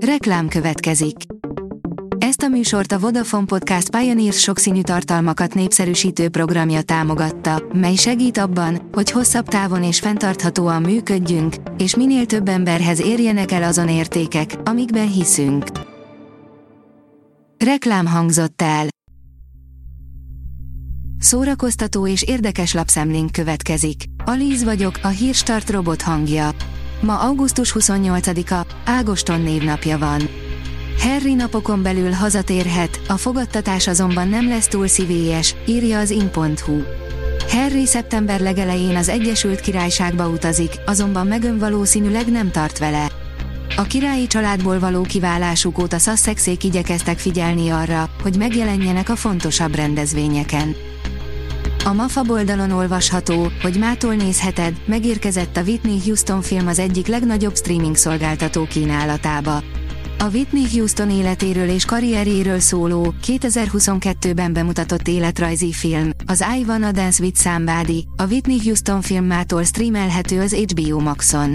Reklám következik. Ezt a műsort a Vodafone Podcast Pioneers sokszínű tartalmakat népszerűsítő programja támogatta, mely segít abban, hogy hosszabb távon és fenntarthatóan működjünk, és minél több emberhez érjenek el azon értékek, amikben hiszünk. Reklám hangzott el. Szórakoztató és érdekes lapszemlénk következik. Alíz vagyok, a Hírstart robot hangja. Ma augusztus 28-a, Ágoston névnapja van. Harry napokon belül hazatérhet, a fogadtatás azonban nem lesz túl szívélyes, írja az in.hu. Harry szeptember legelején az Egyesült Királyságba utazik, azonban Meghan valószínűleg nem tart vele. A királyi családból való kiválásuk óta Sussexék igyekeztek figyelni arra, hogy megjelenjenek a fontosabb rendezvényeken. A MAFA oldalon olvasható, hogy mától nézheted, megérkezett a Whitney Houston film az egyik legnagyobb streaming szolgáltató kínálatába. A Whitney Houston életéről és karrierjéről szóló, 2022-ben bemutatott életrajzi film, az I Wanna Dance with Somebody, a Whitney Houston film mától streamelhető az HBO Maxon.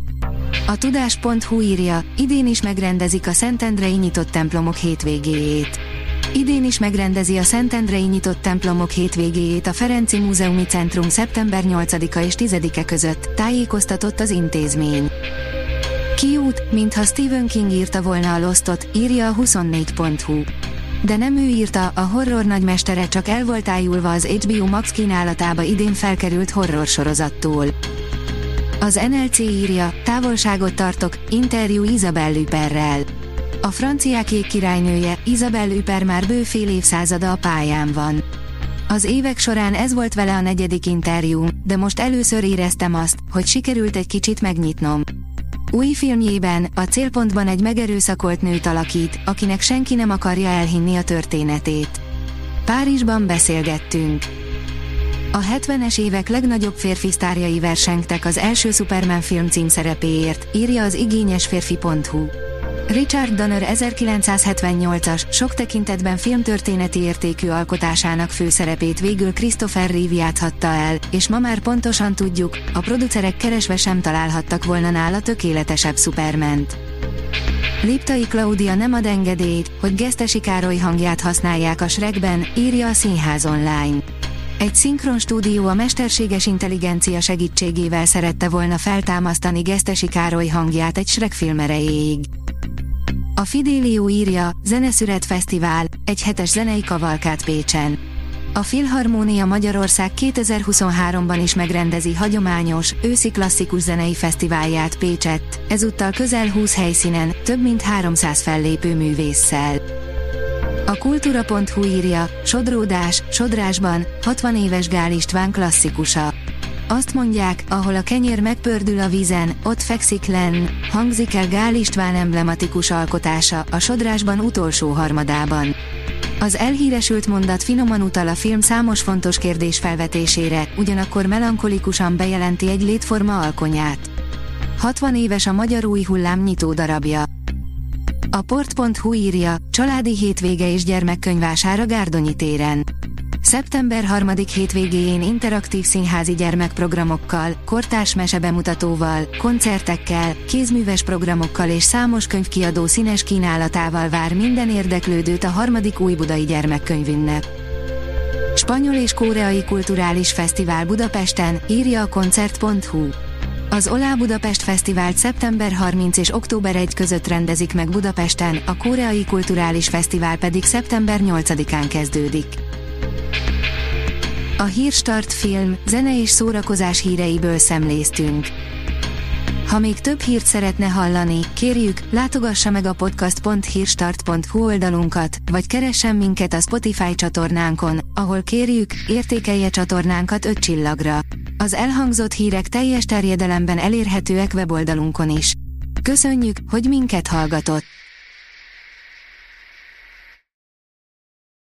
A tudás.hu írja, idén is megrendezik a Szentendrei nyitott templomok hétvégéjét. Idén is megrendezi a Szentendrei nyitott templomok hétvégéjét a Ferenci Múzeumi Centrum szeptember 8-a és 10-e között, tájékoztatott az intézmény. Kiút, mintha Stephen King írta volna a Lostot, írja a 24.hu. De nem ő írta, a horror nagymestere csak el volt ájulva az HBO Max kínálatába idén felkerült horror sorozattól. Az NLC írja, távolságot tartok, interjú Isabelle Huppert-rel. A franciák jégkirálynője, Isabelle Huppert már bő fél évszázada a pályán van. Az évek során ez volt vele a 4. interjú, de most először éreztem azt, hogy sikerült egy kicsit megnyitnom. Új filmjében, a Célpontban egy megerőszakolt nőt alakít, akinek senki nem akarja elhinni a történetét. Párizsban beszélgettünk. A 70-es évek legnagyobb férfi sztárjai versengtek az első Superman film címszerepéért, írja az igényesférfi.hu. Richard Donner 1978-as, sok tekintetben filmtörténeti értékű alkotásának főszerepét végül Christopher Reeve játszhatta el, és ma már pontosan tudjuk, a producerek keresve sem találhattak volna nála tökéletesebb Supermant. Liptai Klaudia nem ad engedélyt, hogy Gesztesi Károly hangját használják a Shrekben, írja a Színház online. Egy szinkron stúdió a mesterséges intelligencia segítségével szerette volna feltámasztani Gesztesi Károly hangját egy Shrek film erejéig. A Fidelio írja, Zeneszüret Fesztivál, egy hetes zenei kavalkád Pécsen. A Filharmónia Magyarország 2023-ban is megrendezi hagyományos, őszi klasszikus zenei fesztiválját Pécsett, ezúttal közel 20 helyszínen, több mint 300 fellépő művésszel. A kultúra.hu írja, sodródás, Sodrásban, 60 éves Gál István klasszikusa. Azt mondják, ahol a kenyér megpördül a vízen, ott fekszik lenn, hangzik el Gál István emblematikus alkotása, a Sodrásban utolsó harmadában. Az elhíresült mondat finoman utal a film számos fontos kérdés felvetésére, ugyanakkor melankolikusan bejelenti egy létforma alkonyát. 60 éves a magyar új hullám nyitó darabja. A port.hu írja, családi hétvége és gyermekkönyvvásár a Gárdonyi téren. Szeptember 3. hétvégéjén interaktív színházi gyermekprogramokkal, kortárs mesebemutatóval, koncertekkel, kézműves programokkal és számos könyvkiadó színes kínálatával vár minden érdeklődőt a 3. újbudai gyermekkönyvünnep. Spanyol és koreai kulturális fesztivál Budapesten, írja a koncert.hu. Az Olá Budapest Fesztivált szeptember 30 és október 1 között rendezik meg Budapesten, a koreai kulturális fesztivál pedig szeptember 8-án kezdődik. A Hírstart film, zene és szórakozás híreiből szemléztünk. Ha még több hírt szeretne hallani, kérjük, látogassa meg a podcast.hírstart.hu oldalunkat, vagy keressen minket a Spotify csatornánkon, ahol kérjük, értékelje csatornánkat 5 csillagra. Az elhangzott hírek teljes terjedelemben elérhetőek weboldalunkon is. Köszönjük, hogy minket hallgatott!